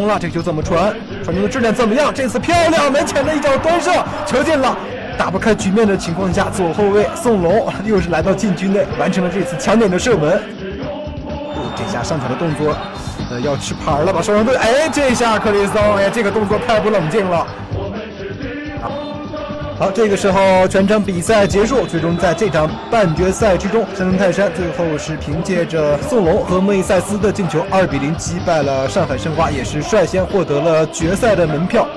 中了，这个球怎么传中的质量怎么样？这次漂亮，门前的一脚端射，球进了。打不开局面的情况下，左后卫宋龙又是来到禁区内，完成了这次强点的射门。这下上场的动作，要吃牌了吧？双方队，这下克里松，这个动作太不冷静了。好，这个时候全场比赛结束，最终在这场半决赛之中，山东泰山最后是凭借着宋龙和莫伊塞斯的进球2-0击败了上海申花，也是率先获得了决赛的门票。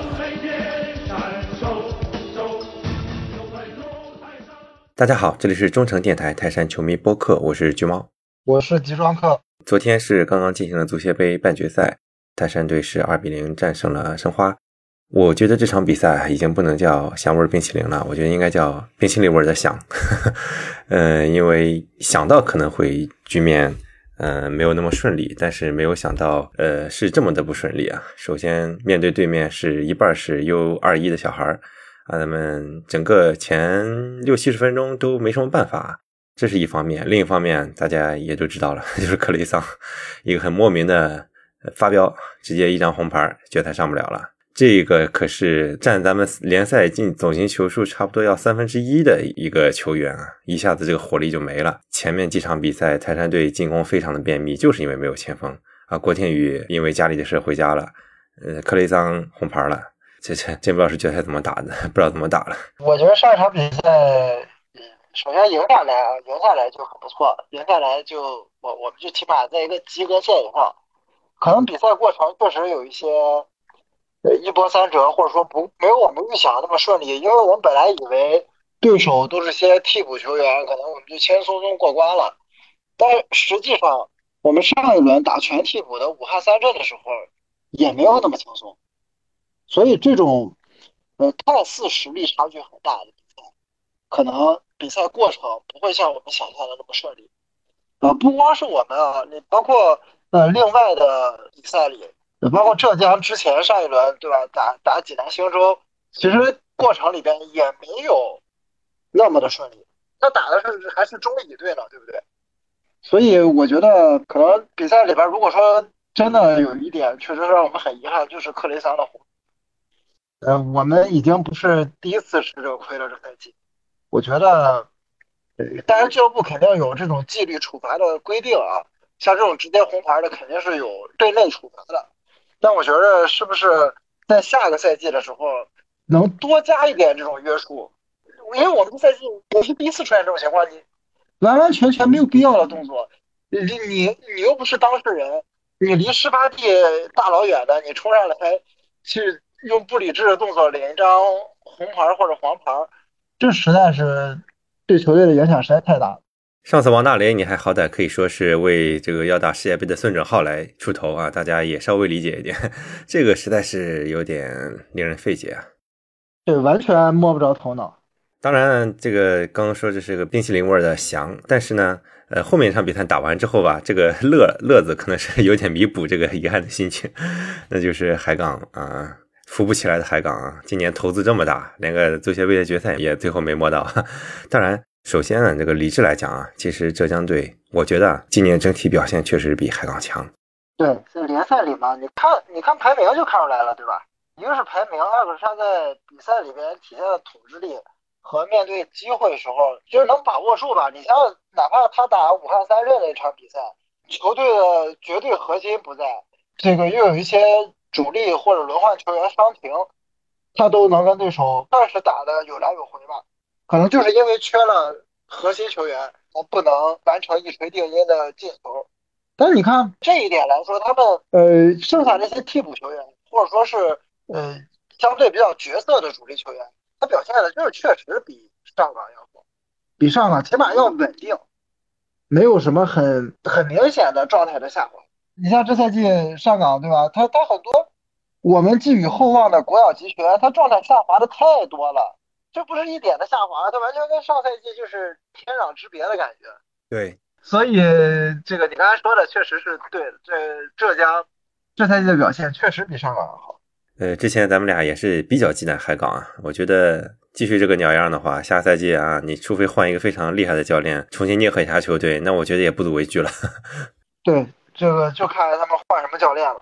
大家好，这里是中诚电台泰山球迷播客，我是橘猫， 我是吉装客。 昨天是刚刚进行了足协杯半决赛，泰山队是2-0战胜了申花。我觉得这场比赛已经不能叫香味冰淇淋了，我觉得应该叫冰淇淋味的香。因为想到可能会局面没有那么顺利，但是没有想到是这么的不顺利啊。首先面对对面是一半是 U21 的小孩咱们整个前60-70分钟都没什么办法，这是一方面。另一方面大家也都知道了，就是克雷桑一个很莫名的发飙，直接一张红牌，决赛上不了了。这个可是占咱们联赛总进球数差不多要1/3的一个球员啊，一下子这个火力就没了。前面几场比赛泰山队进攻非常的便秘，就是因为没有前锋啊。郭天宇因为家里的事回家了，克雷桑红牌了，这真不知道是决赛怎么打的，不知道怎么打了。 我觉得上一场比赛首先赢下来就很不错，赢下来就我们就起码在一个及格线以上。可能比赛过程确实有一些一波三折，或者说没有我们预想的那么顺利，因为我们本来以为对手都是些替补球员，可能我们就轻轻松松过关了。但实际上我们上一轮打全替补的武汉三镇的时候也没有那么轻松，所以这种看似实力差距很大的比赛，可能比赛过程不会像我们想象的那么顺利。不光是我们啊，你包括另外的比赛里，包括浙江之前上一轮对吧，打济南星洲，其实过程里边也没有那么的顺利。他打的是还是中乙队呢，对不对？所以我觉得可能比赛里边，如果说真的有一点确实让我们很遗憾，就是克雷桑的红。我们已经不是第一次吃这个亏了，这赛季。我觉得当然俱乐部肯定有这种纪律处罚的规定啊，像这种直接红牌的肯定是有队内处罚的。但我觉得是不是在下个赛季的时候能多加一点这种约束？因为我们的赛季不是第一次出现这种情况，你完完全全没有必要的动作，你又不是当事人，你离事发地大老远的，你冲上来去用不理智的动作领一张红牌或者黄牌，这实在是对球队的影响实在太大了。 上次王大雷你还好歹可以说是为这个要打世界杯的孙准浩来出头啊，大家也稍微理解一点。这个实在是有点令人费解啊。 对，完全摸不着头脑。 当然这个刚刚说这是个冰淇淋味的翔，但是呢后面一场比赛打完之后吧，这个乐子可能是有点弥补这个遗憾的心情。那就是海港啊，扶不起来的海港啊，今年投资这么大，连个足协杯的决赛也最后没摸到。当然首先呢，这个理智来讲啊，其实浙江队我觉得今年整体表现确实比海港强。 对，在联赛里嘛，你看排名就看出来了，对吧？一个是排名，二个是他在比赛里边体现的统治力和面对机会的时候就是能把握住吧。你像哪怕他打武汉三镇的一场比赛，球队的绝对核心不在，这个又有一些主力或者轮换球员伤停，他都能跟对手算是打的有来有回吧。可能就是因为缺了核心球员，不能完成一锤定音的进球。但是你看这一点来说，他们剩下那些替补球员，或者说是相对比较角色的主力球员，他表现的就是确实比上港要好，比上港起码要稳定，没有什么很明显的状态的下滑。你像这赛季上港对吧，他很多我们寄予厚望的国脚级球员，他状态下滑的太多了，这不是一点的下滑，他完全跟上赛季就是天壤之别的感觉。 对， 所以这个你刚才说的确实是对的，这浙江这赛季的表现确实比上港好。 之前咱们俩也是比较忌惮海港啊，我觉得继续这个鸟样的话，下赛季啊，你除非换一个非常厉害的教练重新捏合一下球队，那我觉得也不足为惧了。 对，这个就看他们换什么教练了。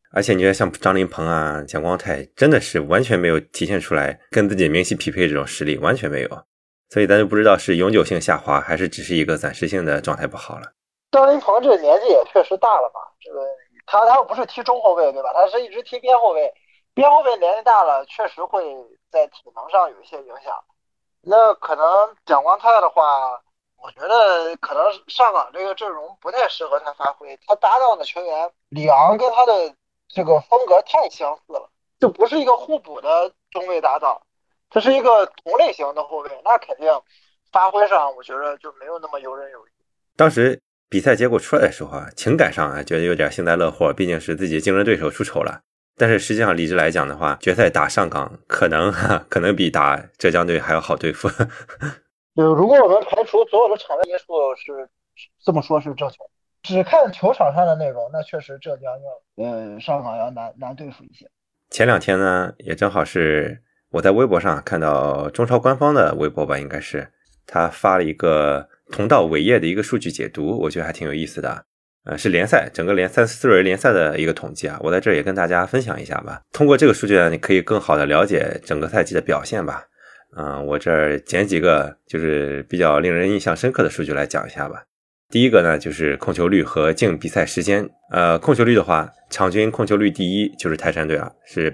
而且你觉得像张琳芃啊、蒋光太，真的是完全没有体现出来跟自己名气匹配这种实力，完全没有。所以咱就不知道是永久性下滑，还是只是一个暂时性的状态不好了。 张琳芃这个年纪也确实大了嘛，这个他又不是踢中后卫对吧？他是一直踢边后卫，边后卫年纪大了，确实会在体能上有一些影响。那可能蒋光太的话，我觉得可能上港这个阵容不太适合他发挥，他搭档的球员里昂跟他的这个风格太相似了，就不是一个互补的中卫搭档，这是一个同类型的后卫，那肯定发挥上我觉得就没有那么游刃有余。 当时比赛结果出来的时候啊，情感上啊觉得有点幸灾乐祸，毕竟是自己竞争对手出丑了。但是实际上理智来讲的话，决赛打上港可能比打浙江队还要好对付。 如果我们排除所有的场外因素是这么说是正确，只看球场上的内容，那确实浙江要上港要难对付一些。 前2天呢，也正好是我在微博上看到中超官方的微博吧，应该是他发了一个同道伟业的一个数据解读，我觉得还挺有意思的。是联赛整个4轮联赛的一个统计啊，我在这儿也跟大家分享一下吧。通过这个数据呢，你可以更好的了解整个赛季的表现吧。我这儿捡几个就是比较令人印象深刻的数据来讲一下吧。第一个呢，就是控球率和净比赛时间。控球率的话，场均控球率第一就是泰山队了，是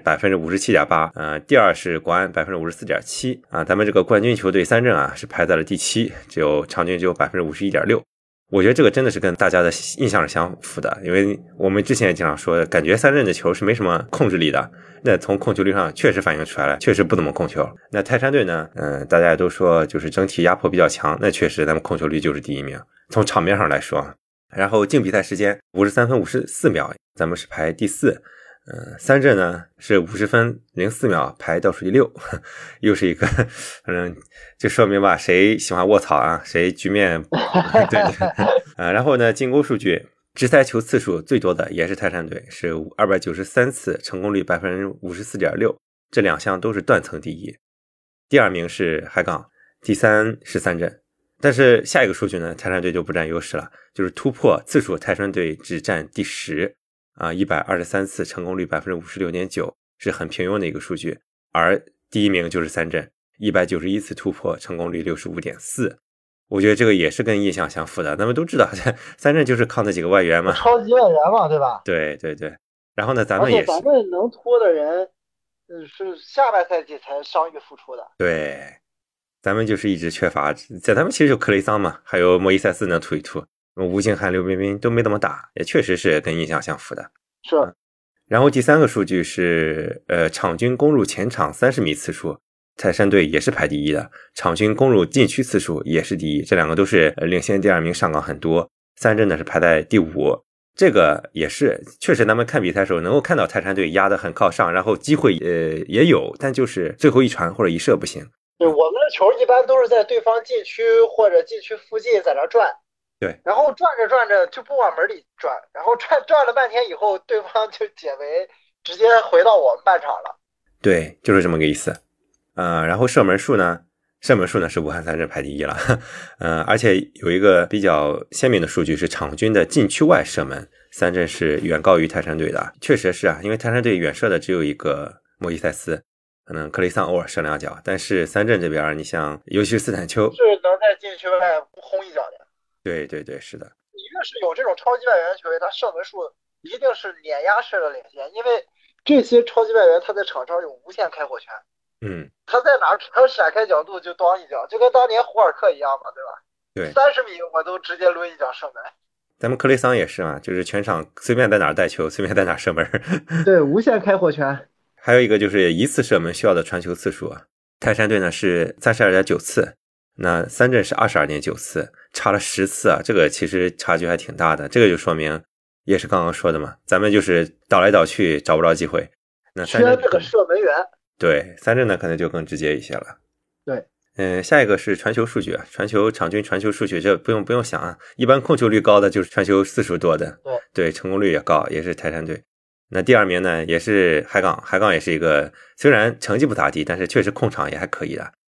57.8%。第二是国安 54.7%。咱们这个冠军球队三镇啊，是排在了第7，场均只有 51.6%。我觉得这个真的是跟大家的印象是相符的，因为我们之前也经常说，感觉三镇的球是没什么控制力的，那从控球率上确实反映出来了，确实不怎么控球。那泰山队呢，大家也都说就是整体压迫比较强，那确实咱们控球率就是第一名，从场面上来说。然后净比赛时间53分54秒，咱们是排第4。三镇呢是50分04秒，排倒数第6，又是一个，反正就说明吧，谁喜欢卧槽啊，谁局面对。然后呢，进攻数据，直塞球次数最多的也是泰山队，是293次，成功率 54.6%， 这2项都是断层第一。第2名是海港，第3是三镇。但是下一个数据呢，泰山队就不占优势了，就是突破次数，泰山队只占第10。123次，成功率 56.9%， 是很平庸的一个数据。而第1名就是三镇，191次突破，成功率 65.4%。我觉得这个也是跟印象相符的，咱们都知道三镇就是靠那几个外援嘛， 超级外援嘛，对吧？ 对。然后呢，咱们也是， 而且咱们能拖的人是下半赛季才伤愈复出的。 对，咱们就是一直缺乏，在咱们其实就克雷桑嘛，还有莫伊塞斯能突一突，吴敬瀚、刘彬彬都没怎么打，也确实是跟印象相符的。 是。 然后第3个数据是场均攻入前场30米次数，泰山队也是排第一的，场均攻入禁区次数也是第一，这2个都是领先第2名上港很多。三镇呢是排在第5，这个也是确实咱们看比赛的时候能够看到泰山队压得很靠上，然后机会也有，但就是最后一传或者一射不行。 对，我们的球一般都是在对方禁区或者禁区附近在那转。 对， 然后转着就不往门里转，然后转了半天以后，对方就解围，直接回到我们半场了。 对，就是这么个意思。然后射门数呢是武汉三镇排第一了。而且有一个比较鲜明的数据是场均的禁区外射门，三镇是远高于泰山队的。确实是啊，因为泰山队远射的只有一个莫伊塞斯，可能克雷桑偶尔射2脚，但是三镇这边你像尤其是斯坦丘是能在禁区外轰一脚的。 对，是的。 你越是有这种超级外援球员，他射门数一定是碾压式的领先，因为这些超级外援他在场上有无限开火权。他在哪他闪开角度就当一脚，就跟当年胡尔克一样嘛，对吧？ 对 ，30米我都直接抡一脚射门。 咱们克雷桑也是嘛，就是全场随便在哪带球，随便在哪射门。 对，无限开火权。 还有一个就是一次射门需要的传球次数啊，泰山队呢是 32.9 次，那三镇是 22.9 次，差了10次啊，这个其实差距还挺大的。这个就说明也是刚刚说的嘛，咱们就是倒来倒去找不着机会，那三镇缺这个射门员。 对，三镇呢可能就更直接一些了。 对， 下一个是传球数据啊，场均传球数据，这不用想啊，一般控球率高的就是传球次数多的。对，成功率也高，也是泰山队。那第2名呢也是海港也是一个虽然成绩不咋地，但是确实控场也还可以的。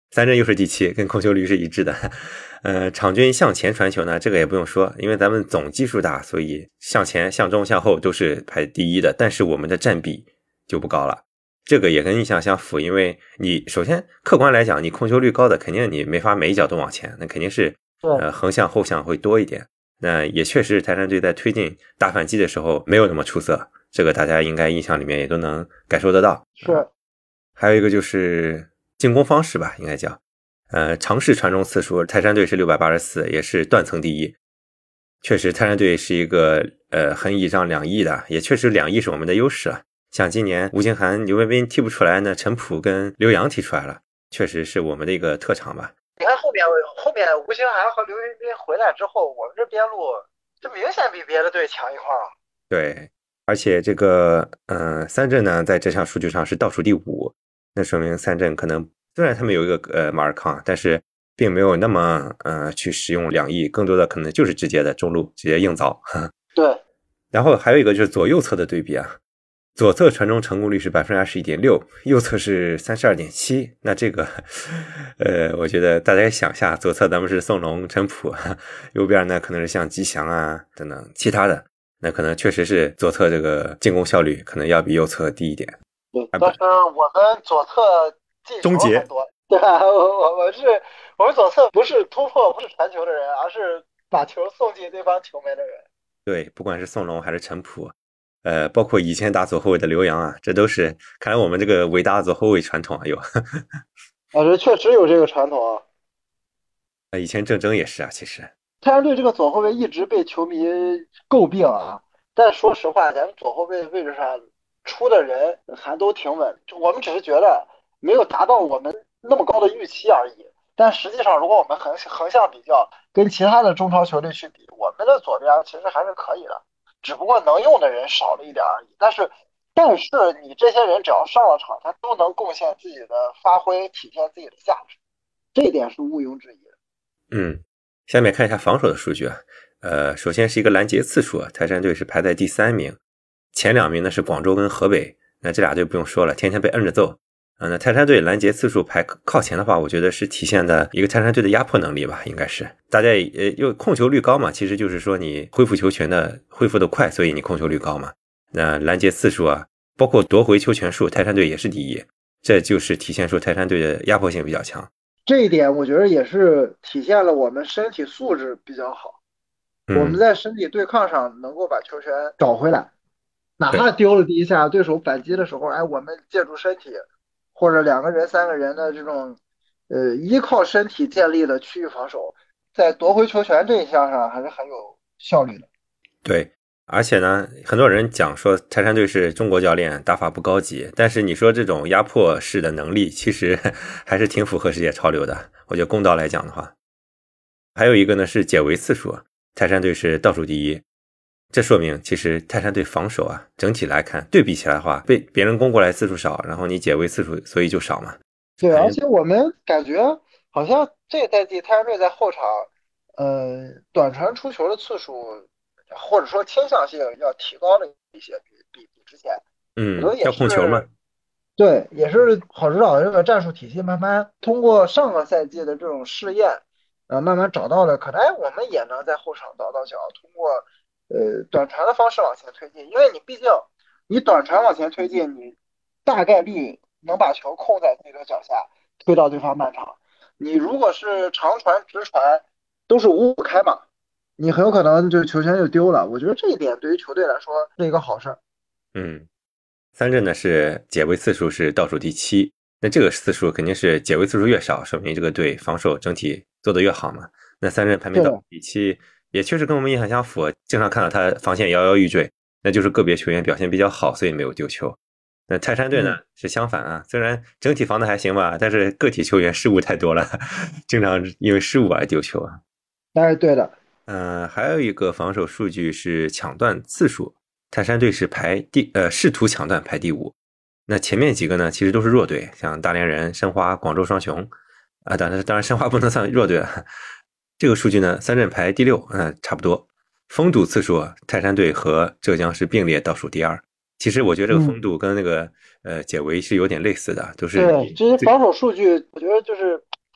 三镇又是第7，跟控球率是一致的。场均向前传球呢，这个也不用说，因为咱们总基数大，所以向前、向中、向后都是排第1的，但是我们的占比就不高了。这个也跟印象相符，因为你首先客观来讲，你控球率高的，肯定你没法每一脚都往前，那肯定是横向后向会多一点。那也确实泰山队在推进大反击的时候没有那么出色，这个大家应该印象里面也都能感受得到。 是， 还有一个就是进攻方式吧，应该叫尝试传中次数，泰山队是684，也是断层第1。确实泰山队是一个很倚仗两翼的，也确实两翼是我们的优势啊。像今年吴京涵、刘彬彬踢不出来呢，陈普跟刘洋踢出来了，确实是我们的一个特长吧。 你看后面吴京涵和刘彬彬回来之后，我们这边路就明显比别的队强一块了。 对，而且这个三镇呢在这项数据上是倒数第5，那说明三镇可能虽然他们有一个马尔康，但是并没有那么去使用两翼，更多的可能就是直接的中路直接硬凿。 对， 然后还有一个就是左右侧的对比啊，左侧传中成功率是 21.6%， 右侧是 32.7%。 那这个我觉得大家想一下，左侧咱们是宋龙、陈普，右边呢可能是像吉祥啊等等其他的，那可能确实是左侧这个进攻效率可能要比右侧低一点。 对，但是我们左侧进球很多，对吧？我们左侧不是突破，不是传球的人，而是把球送进对方球门的人。 对，不管是宋龙还是陈普，包括以前打左后卫的刘洋啊，这都是看来我们这个伟大左后卫传统啊有。 这确实有这个传统啊。 以前郑铮也是啊，其实。 泰山队这个左后卫一直被球迷诟病啊，但说实话，咱们左后卫位置上出的人还都挺稳，我们只是觉得没有达到我们那么高的预期而已。但实际上，如果我们横向比较，跟其他的中超球队去比，我们的左边其实还是可以的，只不过能用的人少了一点而已。但是你这些人只要上了场，他都能贡献自己的发挥，体现自己的价值，这一点是毋庸置疑的。 下面看一下防守的数据啊。首先是一个拦截次数啊，泰山队是排在第3名，前2名呢是广州跟河北，那这俩队不用说了，天天被摁着揍。那泰山队拦截次数排靠前的话，我觉得是体现的一个泰山队的压迫能力吧，应该是大家又控球率高嘛，其实就是说你恢复球权的恢复的快，所以你控球率高嘛。那拦截次数啊，包括夺回球权数，泰山队也是第1，这就是体现出泰山队的压迫性比较强。 这一点我觉得也是体现了我们身体素质比较好，我们在身体对抗上能够把球权找回来，哪怕丢了第一下，对手反击的时候，我们借助身体或者2个人、3个人的这种依靠身体建立的区域防守，在夺回球权这一项上还是很有效率的。 对，而且呢，很多人讲说泰山队是中国教练，打法不高级，但是你说这种压迫式的能力其实还是挺符合世界潮流的，我觉得公道来讲的话。还有一个呢是解围次数，泰山队是倒数第1，这说明其实泰山队防守啊，整体来看对比起来的话，被别人攻过来次数少，然后你解围次数所以就少嘛。 对，而且我们感觉好像这个赛季泰山队在后场短传出球的次数或者说倾向性要提高了一些，比之前。 要控球嘛。 对，也是郝指导的这个战术体系慢慢通过上个赛季的这种试验，慢慢找到了，可能我们也能在后场倒倒脚，通过短传的方式往前推进。因为你毕竟你短传往前推进，你大概率能把球控在自己的脚下，推到对方半场。你如果是长传直传，都是五五开嘛，你很有可能就球权就丢了。我觉得这一点对于球队来说是一个好事儿。 三镇呢是解围次数是倒数第7，那这个次数肯定是解围次数越少，说明这个队防守整体做得越好嘛。那三镇排名倒数第7，也确实跟我们印象相符，经常看到他防线摇摇欲坠，那就是个别球员表现比较好，所以没有丢球。那泰山队呢是相反啊，虽然整体防的还行吧，但是个体球员失误太多了，经常因为失误而丢球啊。 那是对的。 还有一个防守数据是抢断次数，泰山队是试图抢断排第5，那前面几个呢其实都是弱队，像大连人、申花、广州双雄啊，当然申花不能算弱队了。这个数据呢，三镇排第6，差不多。封堵次数，泰山队和浙江是并列倒数第2。其实我觉得这个封堵跟那个解围是有点类似的，都是对这些防守数据，我觉得就是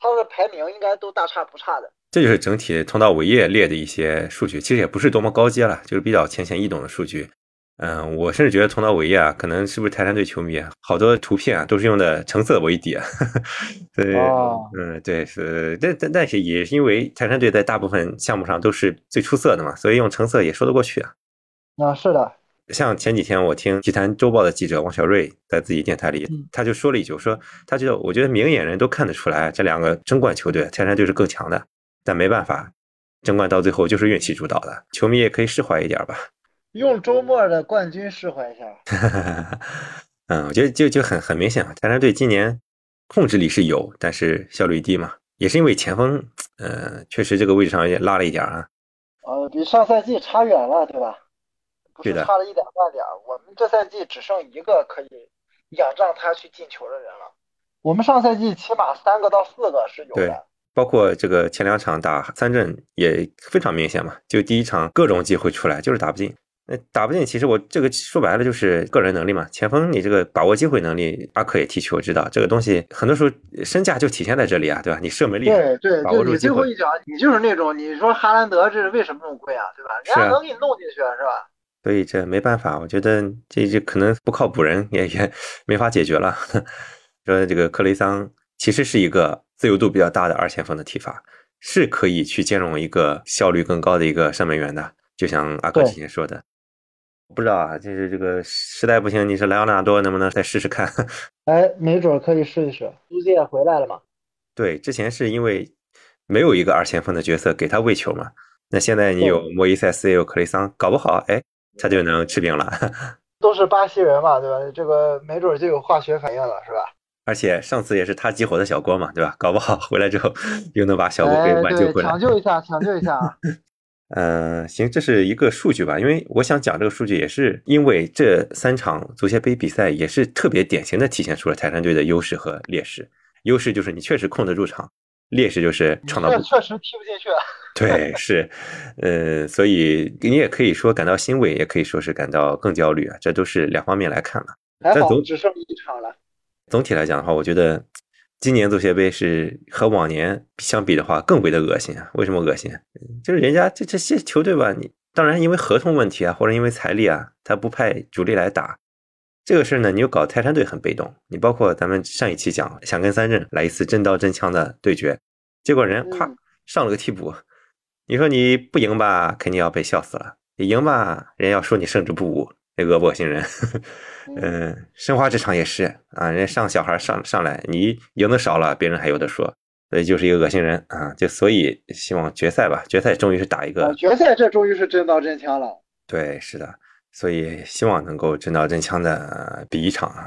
他的排名应该都大差不差的。 这就是整体通道伟业列的一些数据，其实也不是多么高阶了，就是比较浅显易懂的数据。我甚至觉得通道伟业啊，可能是不是泰山队球迷好多图片啊都是用的橙色为底，对，对，是，但是也是因为泰山队在大部分项目上都是最出色的嘛，所以用橙色也说得过去啊。 是的。 像前几天我听体坛周报的记者王小瑞在自己电台里，他就说了一句，说他觉得我觉得明眼人都看得出来，这两个争冠球队泰山队是更强的，但没办法，争冠到最后就是运气主导的，球迷也可以释怀一点吧。 用周末的冠军释怀一下。 我觉得就很明显啊，泰山队今年控制力是有，但是效率低嘛，也是因为前锋确实这个位置上也拉了一点啊。 比上赛季差远了，对吧？不是对的， 差了一点半点，我们这赛季只剩一个可以仰仗他去进球的人了。我们上赛季起码3个到4个是有对， 的。 包括这个前2场打3阵也非常明显嘛，就第一场各种机会出来就是打不进。那打不进，其实我这个说白了就是个人能力嘛。前锋你这个把握机会能力，阿克也踢球知道，这个东西很多时候身价就体现在这里啊，对吧？你射门厉害， 对， 把握住机会。 你最后一脚，你就是那种你说哈兰德这是为什么那么贵啊，对吧？人家能给你弄进去，是吧？ 所以这没办法，我觉得这可能不靠补人也没法解决了。说这个克雷桑其实是一个自由度比较大的2前锋的踢法，是可以去兼容一个效率更高的一个射门员的，就像阿克之前说的。不知道啊，就是这个实在不行，你说莱昂纳多能不能再试试看？ 没准可以试一试。租借也回来了嘛？ 对，之前是因为没有一个2前锋的角色给他喂球嘛，那现在你有莫伊塞斯，也有克雷桑，搞不好他就能吃饼了。 都是巴西人嘛，对吧？这个没准就有化学反应了，是吧？ 而且上次也是他激活的小郭嘛，对吧？搞不好回来之后又能把小郭给挽救回来。 抢救一下啊！ 行，这是一个数据吧，因为我想讲这个数据，也是因为这3场足协杯比赛也是特别典型的体现出了泰山队的优势和劣势。优势就是你确实控得住场，劣势就是创造不， 确实踢不进去。 对，是，所以你也可以说感到欣慰，也可以说是感到更焦虑啊，这都是2方面来看了。 还好只剩1场了。 总体来讲的话，我觉得今年足协杯是和往年相比的话更为的恶心啊！为什么恶心？就是人家这些球队吧，你当然因为合同问题啊，或者因为财力啊，他不派主力来打这个事呢，你又搞泰山队很被动。你包括咱们上一期讲想跟3阵来一次真刀真枪的对决，结果人咵上了个替补，你说你不赢吧，肯定要被笑死了；你赢吧，人要说你胜之不武，那恶恶心人。申花这场也是啊，人家上小孩上来，你赢的少了，别人还有的说，所以就是一个恶心人啊！所以希望决赛吧，决赛终于是打一个决赛，这终于是真刀真枪了。 对，是的，所以希望能够真刀真枪的比一场啊。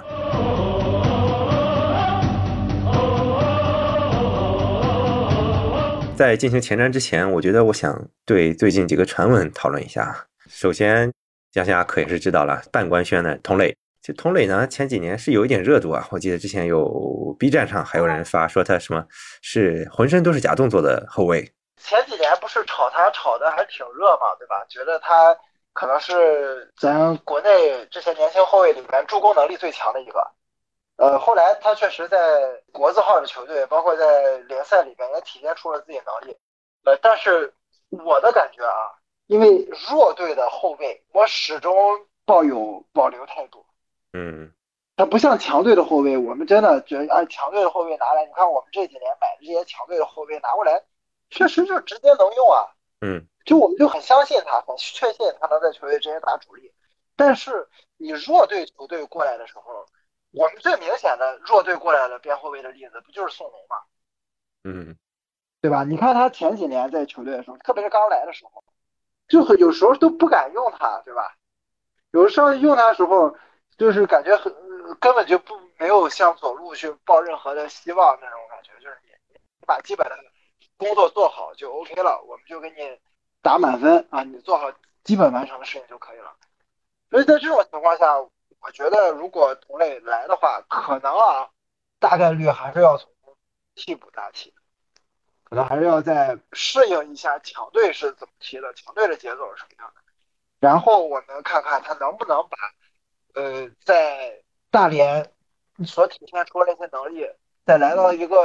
在进行前瞻之前，我觉得我想对最近几个传闻讨论一下。首先，相信阿克也是知道了，半官宣的佟磊。就佟磊呢，前几年是有一点热度啊，我记得之前有 B 站上还有人发说他什么是浑身都是假动作的后卫。 前几年不是炒他炒的还挺热嘛，对吧？觉得他可能是咱国内这些年轻后卫里面助攻能力最强的一个。后来他确实在国字号的球队，包括在联赛里面也体现出了自己能力。但是我的感觉啊，因为弱队的后卫，我始终抱有保留态度。他不像强队的后卫，我们真的觉得强队的后卫拿来，你看我们这几年买的这些强队的后卫拿过来，确实就直接能用啊。就我们就很相信他，很确信他能在球队直接打主力。但是你弱队球队过来的时候，我们最明显的弱队过来的边后卫的例子，不就是宋龙吗？对吧？你看他前几年在球队的时候，特别是刚来的时候，就有时候都不敢用他，对吧？有时候用他的时候，就是感觉根本就没有向左路去抱任何的希望那种感觉，就是你把基本的工作做好就 OK 了，我们就给你打满分啊，你做好基本完成的事情就可以了。所以在这种情况下，我觉得如果佟磊来的话，可能大概率还是要从替补打起，可能还是要再适应一下强队是怎么踢的，强队的节奏是什么样的，然后我们看看他能不能把在大连所体现出的那些能力，再来到一个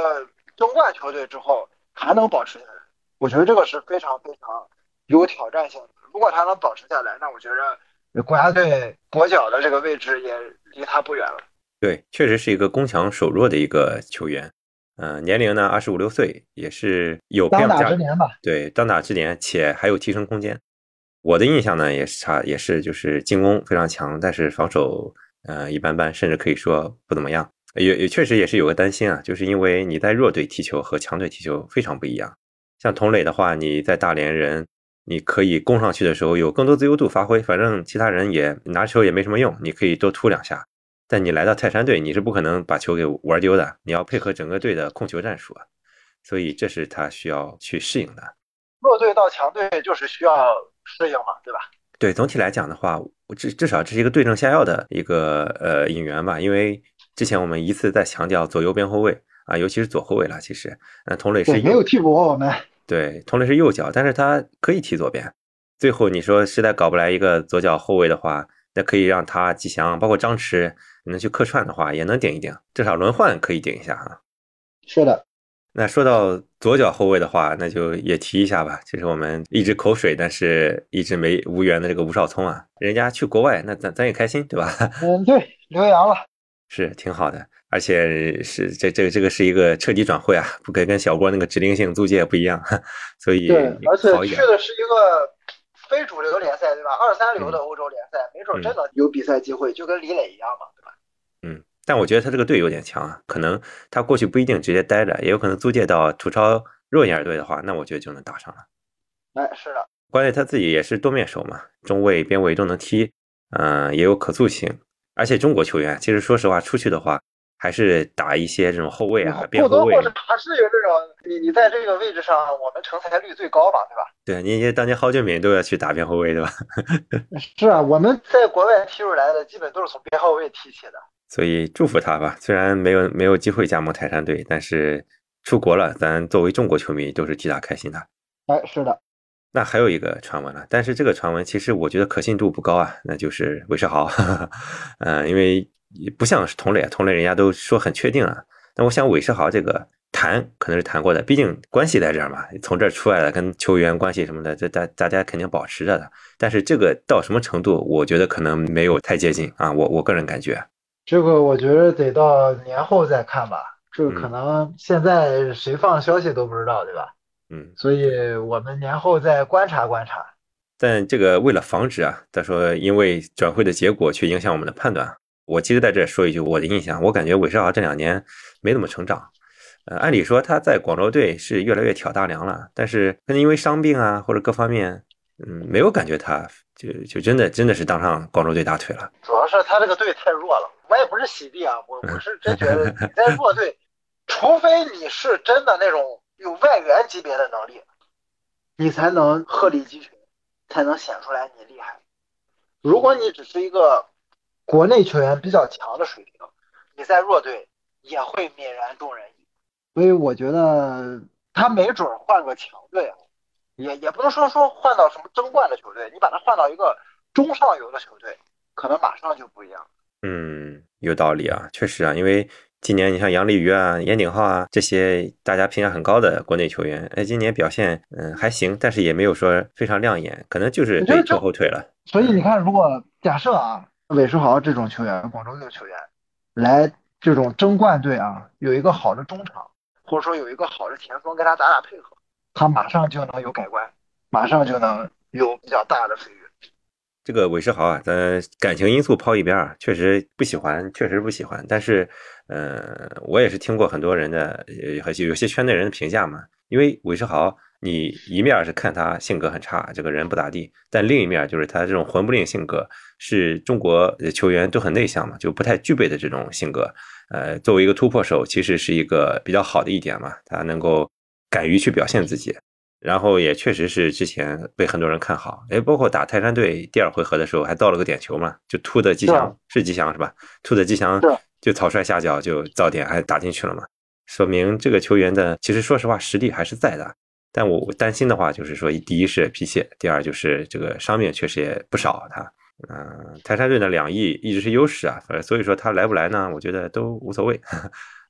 争冠球队之后还能保持下来，我觉得这个是非常非常有挑战性的。如果他能保持下来，那我觉得国家队国脚的这个位置也离他不远了。 对，确实是一个攻强守弱的一个球员。年龄呢25、6岁，也是有培养当打之年吧。 对，当打之年，且还有提升空间。我的印象呢也是就是进攻非常强，但是防守一般般，甚至可以说不怎么样。也确实也是有个担心啊，就是因为你在弱队踢球和强队踢球非常不一样。像佟磊的话，你在大连人，你可以攻上去的时候有更多自由度发挥，反正其他人也拿球也没什么用，你可以多突2下。但你来到泰山队，你是不可能把球给玩丢的，你要配合整个队的控球战术啊，所以这是他需要去适应的。 弱队到强队就是需要适应嘛，对吧？ 对，总体来讲的话，至少这是一个对症下药的一个引援吧，因为之前我们一次在强调左右边后卫啊，尤其是左后卫了。其实，佟磊是没有替补我们。 对，佟磊是右脚，但是他可以踢左边。最后你说实在搞不来一个左脚后卫的话，那可以让他吉祥，包括张弛能去客串的话，也能顶一顶，至少轮换可以顶一下哈。 是的。 那说到左脚后卫的话，那就也提一下吧，就是我们一直口水但是一直无缘的这个吴少聪啊，人家去国外，那咱也开心，对吧？ 对，留洋了， 是挺好的，而且是这个是一个彻底转会啊，不跟小郭那个指定性租借不一样，所以对，而且去的是一个非主流联赛，对吧？2、3流的欧洲联赛，没准真的有比赛机会，就跟李磊一样嘛，对吧？ 但我觉得他这个队有点强啊，可能他过去不一定直接待着，也有可能租借到土超弱一点队的话，那我觉得就能打上了。 是的， 关键他自己也是多面手嘛，中卫、边卫都能踢，也有可塑性。而且中国球员其实说实话出去的话，还是打一些这种后卫啊、边后卫。 或者还是有这种你在这个位置上，我们成才率最高嘛，对吧？ 对，你当年蒿俊闵都要去打边后卫，对吧？ 是啊，我们在国外踢出来的基本都是从边后卫踢起的。 所以祝福他吧，虽然没有机会加盟泰山队，但是出国了，咱作为中国球迷都是替他开心的。 是的。 那还有一个传闻了，但是这个传闻其实我觉得可信度不高啊，那就是韦世豪，因为不像是佟磊人家都说很确定了，那我想韦世豪这个可能是谈过的，毕竟关系在这儿嘛，从这儿出来的，跟球员关系什么的，这大家肯定保持着的，但是这个到什么程度，我觉得可能没有太接近啊，我个人感觉。 这个我觉得得到年后再看吧，这个可能现在谁放消息都不知道，对吧？所以我们年后再观察观察。 但这个为了防止啊，他说因为转会的结果去影响我们的判断，我其实在这说一句我的印象，我感觉韦世豪这2年没怎么成长。按理说他在广州队是越来越挑大梁了，但是可能因为伤病啊或者各方面，没有感觉他就真的是当上广州队大腿了。 主要是他这个队太弱了，我也不是洗地啊，我是真觉得你在弱队，除非你是真的那种有外援级别的能力，你才能鹤立鸡群，才能显出来你厉害。如果你只是一个国内球员比较强的水平，你在弱队也会泯然众人矣。所以我觉得他没准换个强队，也不能说换到什么争冠的球队，你把他换到一个中上游的球队，可能马上就不一样。 有道理啊，确实啊，因为今年你像杨立瑜啊、严鼎皓啊这些大家评价很高的国内球员，今年表现还行，但是也没有说非常亮眼，可能就是被拖后腿了。 所以你看，如果假设啊，韦世豪这种球员，广州队球员来这种争冠队啊，有一个好的中场，或者说有一个好的前锋跟他打配合，他马上就能有改观，马上就能有比较大的飞跃。 这个韦世豪啊，咱感情因素抛一边啊，确实不喜欢，但是我也是听过很多人的有些圈内人的评价嘛，因为韦世豪你一面是看他性格很差，这个人不咋地，但另一面就是他这种混不吝性格是中国球员都很内向嘛，就不太具备的这种性格，作为一个突破手其实是一个比较好的一点嘛，他能够敢于去表现自己。然后也确实是之前被很多人看好，包括打泰山队第2回合的时候还造了个点球嘛，就突的吉祥，是吉祥是吧？突的吉祥就草率下脚就造点还打进去了嘛，说明这个球员的其实说实话实力还是在的，但我担心的话就是说，第一是皮屑，第二就是这个伤病确实也不少他。泰山队的2翼一直是优势啊，所以说他来不来呢？我觉得都无所谓。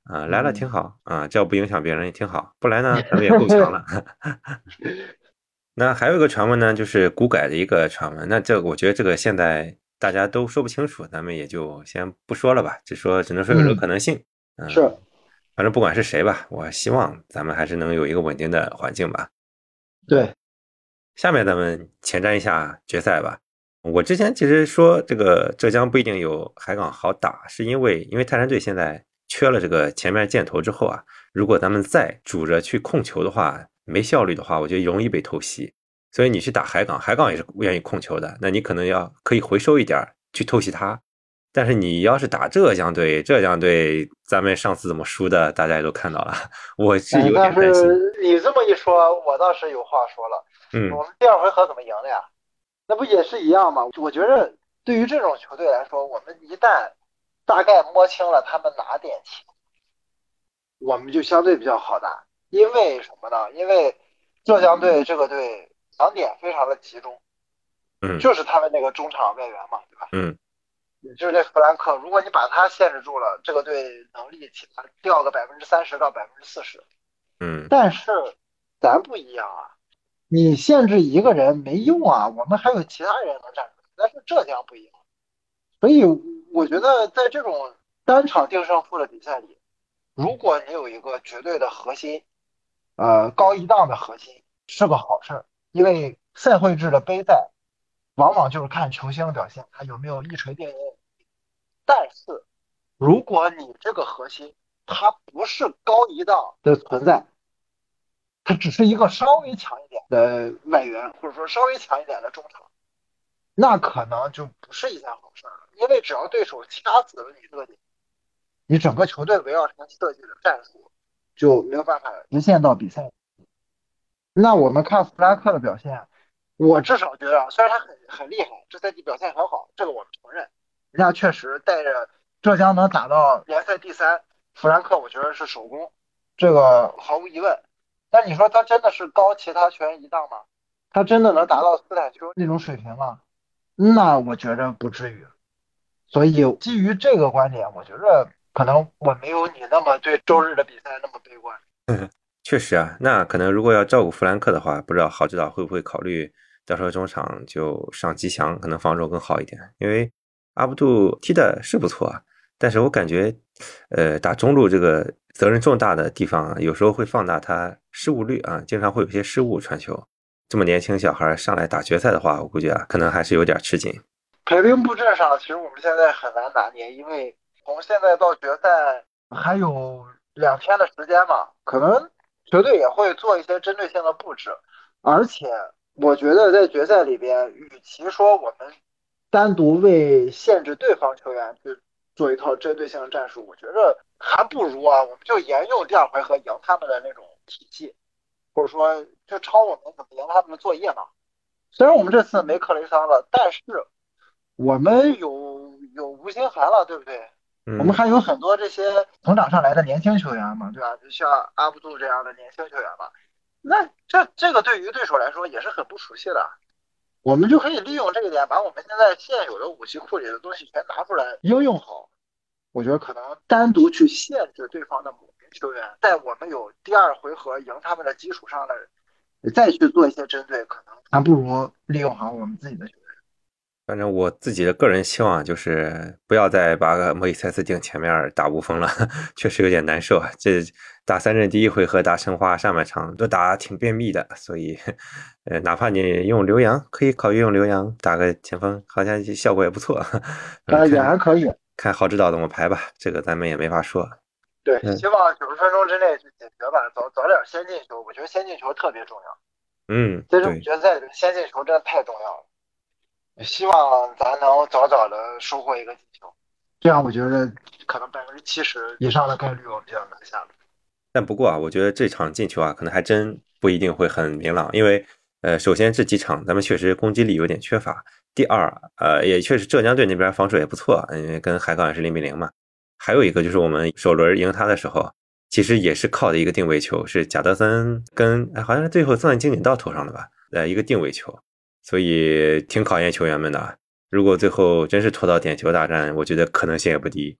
来了挺好啊，只要不影响别人也挺好，不来呢咱们也够强了。那还有一个传闻呢，就是股改的一个传闻，那这我觉得这个现在大家都说不清楚，咱们也就先不说了吧，只能说有这个可能性。 是， 反正不管是谁吧，我希望咱们还是能有一个稳定的环境吧。 对， 下面咱们前瞻一下决赛吧。我之前其实说这个浙江不一定有海港好打，是因为泰山队现在缺了这个前面箭头之后啊，如果咱们再主着去控球的话，没效率的话，我觉得容易被偷袭。所以你去打海港，海港也是愿意控球的，那你可能可以回收一点去偷袭他。但是你要是打浙江队，咱们上次怎么输的，大家也都看到了，我是有点担心。 但是你这么一说，我倒是有话说了。我们第2回合怎么赢的呀？那不也是一样吗？我觉得对于这种球队来说，我们一旦大概摸清了他们哪点强，我们就相对比较好打。因为什么呢？因为浙江队这个队强点非常的集中，就是他们那个中场外援嘛，对吧？就是这弗兰克，如果你把他限制住了，这个队能力起码掉个30%到40%。但是咱不一样啊，你限制一个人没用啊，我们还有其他人能站出来。但是浙江不一样，所以我觉得在这种单场定胜负的比赛里，如果你有一个绝对的核心，高一档的核心是个好事儿，因为赛会制的杯赛往往就是看球星的表现，他有没有一锤定音。但是如果你这个核心它不是高一档的存在，它只是一个稍微强一点的外援，或者说稍微强一点的中场，那可能就不是一件好事了。因为只要对手掐死了你这个点，你整个球队围绕他设计的战术就没有办法实现到比赛。那我们看弗兰克的表现，我至少觉得，虽然他很厉害，这赛季表现很好，这个我们承认，人家确实带着浙江能打到联赛第3，弗兰克我觉得是首功，这个毫无疑问。但你说他真的是高其他球员一档吗？他真的能达到斯坦丘那种水平吗？那我觉得不至于。所以基于这个观点，我觉得可能我没有你那么对周日的比赛那么悲观。 确实啊，那可能如果要照顾弗兰克的话，不知道郝指导会不会考虑到时候中场就上吉祥，可能防守更好一点。因为阿布杜踢的是不错啊，但是我感觉，打中路这个责任重大的地方啊，有时候会放大他失误率啊，经常会有些失误传球。这么年轻小孩上来打决赛的话，我估计啊，可能还是有点吃紧。 排兵布阵上，其实我们现在很难拿捏，因为从现在到决赛还有2天的时间嘛，可能球队也会做一些针对性的布置。而且我觉得在决赛里边，与其说我们单独为限制对方球员去做一套针对性的战术，我觉得还不如啊，我们就沿用第2回合赢他们的那种体系，或者说就抄我们怎么赢他们的作业嘛。虽然我们这次没克雷桑了，但是我们有吴兴涵了，对不对？我们还有很多这些成长上来的年轻球员嘛，对吧？就像阿布杜这样的年轻球员嘛，那这个对于对手来说也是很不熟悉的。我们就可以利用这个点，把我们现在现有的武器库里的东西全拿出来应用好。我觉得可能单独去限制对方的某名球员，在我们有第2回合赢他们的基础上的，再去做一些针对，可能还不如利用好我们自己的球员。 反正我自己的个人希望就是不要再把莫里塞斯定前面打无锋了，确实有点难受啊。这打3阵第1回合打申花上半场都打挺便秘的，所以哪怕你用刘洋，可以考虑用刘洋打个前锋，好像效果也不错。 也还可以， 看郝指导怎么排吧，这个咱们也没法说。 对，希望90分钟之内去解决吧，早点先进球，我觉得先进球特别重要。在这种决赛里先进球真的太重要了。希望咱能早早的收获一个进球，这样我觉得可能70%以上的概率我们就要拿下了。 但不过啊，我觉得这场进球啊，可能还真不一定会很明朗，因为首先这几场咱们确实攻击力有点缺乏，第二也确实浙江队那边防守也不错，因为跟海港也是0-0嘛。还有一个就是我们首轮赢他的时候，其实也是靠的一个定位球，是贾德森跟好像是最后算金景道头上的吧，一个定位球。所以挺考验球员们的，如果最后真是拖到点球大战，我觉得可能性也不低。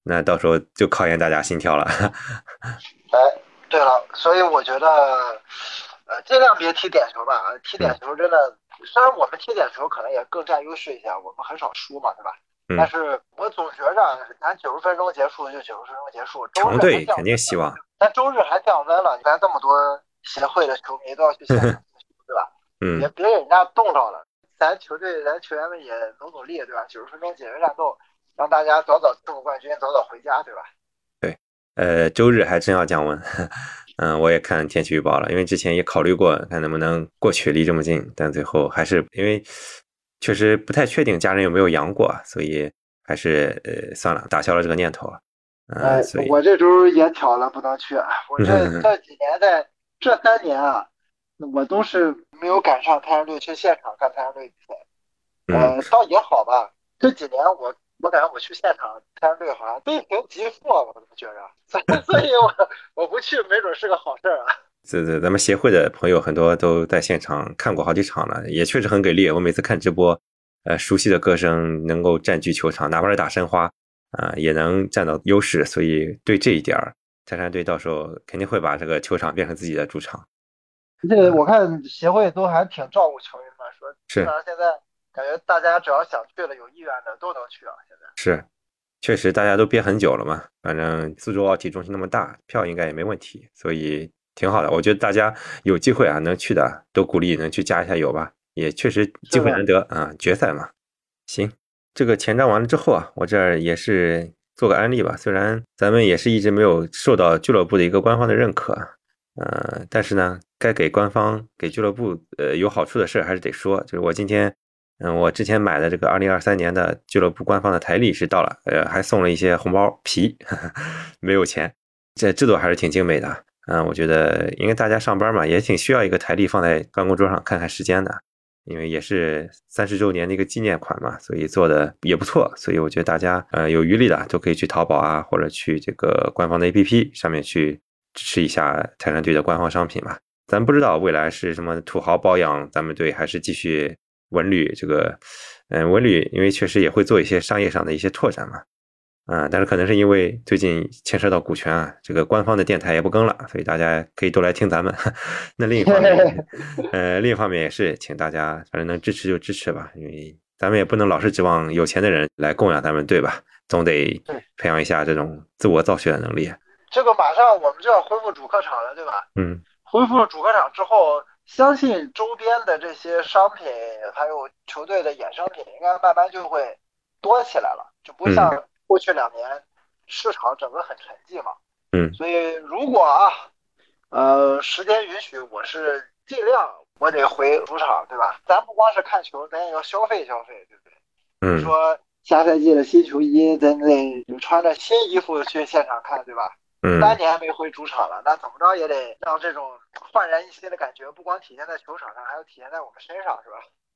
那到时候就考验大家心跳了。 哎，对了，所以我觉得，尽量别踢点球吧。踢点球真的，虽然我们踢点球可能也更占优势一些，我们很少输嘛，对吧？但是我总觉着咱90分钟结束就90分钟结束， 强队肯定希望。 咱周日还降温了，咱这么多协会的球迷都要去现场，对吧？别给人家冻着了。咱球队咱球员们也努力，对吧？90分钟解决战斗，让大家早早争冠军，早早回家，对吧？ 对，周日还真要降温。我也看天气预报了，因为之前也考虑过看能不能过去，离这么近，但最后还是因为确实不太确定家人有没有阳过，所以还是算了，打消了这个念头。所以我这周也挑了不能去，我这几年这3年啊，我都是没有赶上太阳队去现场看太阳队比赛。倒也好吧，这几年我感觉我去现场太阳队好像悲情极负，我怎么觉着？所以我不去，没准是个好事啊。 咱们协会的朋友很多都在现场看过好几场了，也确实很给力。我每次看直播，熟悉的歌声能够占据球场，哪怕是打申花，也能占到优势。所以对这一点，泰山队到时候肯定会把这个球场变成自己的主场。 这我看协会都还挺照顾球迷们，说是基本上现在感觉大家只要想去了有意愿的都能去啊。现在是，确实大家都憋很久了嘛，反正苏州奥体中心那么大，票应该也没问题，所以挺好的。我觉得大家有机会能去的都鼓励能去加一下油吧，也确实机会难得决赛嘛。行，这个前瞻完了之后我这儿也是做个案例吧。虽然咱们也是一直没有受到俱乐部的一个官方的认可，但是呢，该给官方给俱乐部有好处的事还是得说。就是我今天我之前买的这个2023年的俱乐部官方的台历是到了，还送了一些红包皮，没有钱，这制度还是挺精美的。我觉得因为大家上班嘛，也挺需要一个台历放在办公桌上看看时间的，因为也是30周年的一个纪念款嘛，所以做的也不错。所以我觉得大家有余力的都可以去淘宝或者去这个官方的 APP 上面去支持一下泰山队的官方商品嘛。咱不知道未来是什么土豪包养咱们队，还是继续文旅这个文旅，因为确实也会做一些商业上的一些拓展嘛。但是可能是因为最近牵涉到股权这个官方的电台也不更了，所以大家可以都来听咱们。那另一方面也是请大家反正能支持就支持吧，因为咱们也不能老是指望有钱的人来供养咱们，对吧？总得培养一下这种自我造血的能力。 这个马上我们就要恢复主客场了，对吧？恢复主客场之后，相信周边的这些商品还有球队的衍生品应该慢慢就会多起来了，就不像过去2年市场整个很沉寂嘛。所以如果时间允许，我是尽量我得回主场，对吧？咱不光是看球，咱也要消费消费，对不对？说下赛季的新球衣，咱得穿着新衣服去现场看，对吧？3年没回主场了，那怎么着也得让这种焕然一新的感觉不光体现在球场上，还要体现在我们身上，是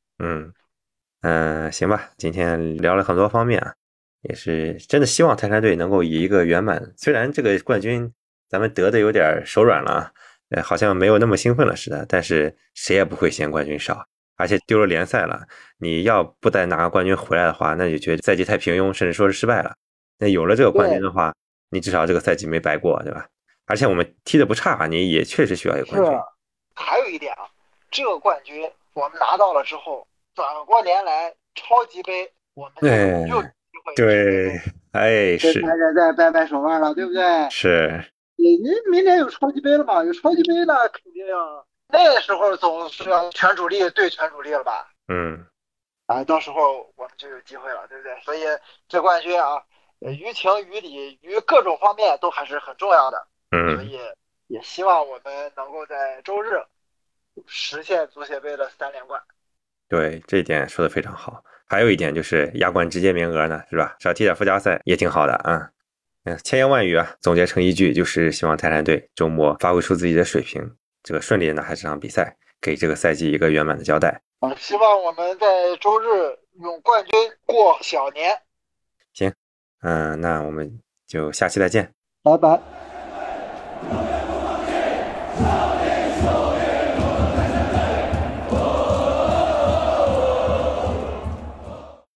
吧？行吧，今天聊了很多方面也是真的希望泰山队能够以一个圆满，虽然这个冠军咱们得的有点手软了，好像没有那么兴奋了似的，但是谁也不会嫌冠军少，而且丢了联赛了，你要不再拿个冠军回来的话，那就觉得赛季太平庸，甚至说是失败了。那有了这个冠军的话，你至少这个赛季没白过，对吧？而且我们踢的不差，你也确实需要一个冠军。 是，还有一点这个冠军我们拿到了之后，转过年来超级杯我们就有机会。 对，是。 跟再掰手腕了，对不对？ 是。 您明年有超级杯了嘛？有超级杯了，肯定那时候总是要全主力对全主力了吧？到时候我们就有机会了，对不对？所以这冠军于情于理于各种方面都还是很重要的。所以也希望我们能够在周日实现足协杯的3连冠。 对，这一点说的非常好。还有一点就是亚冠直接名额呢，是吧？少踢点附加赛也挺好的千言万语总结成一句，就是希望泰山队周末发挥出自己的水平，这个顺利的拿下这场比赛，给这个赛季一个圆满的交代。 希望我们在周日用冠军过小年。 行，那我们就下期再见， 拜拜。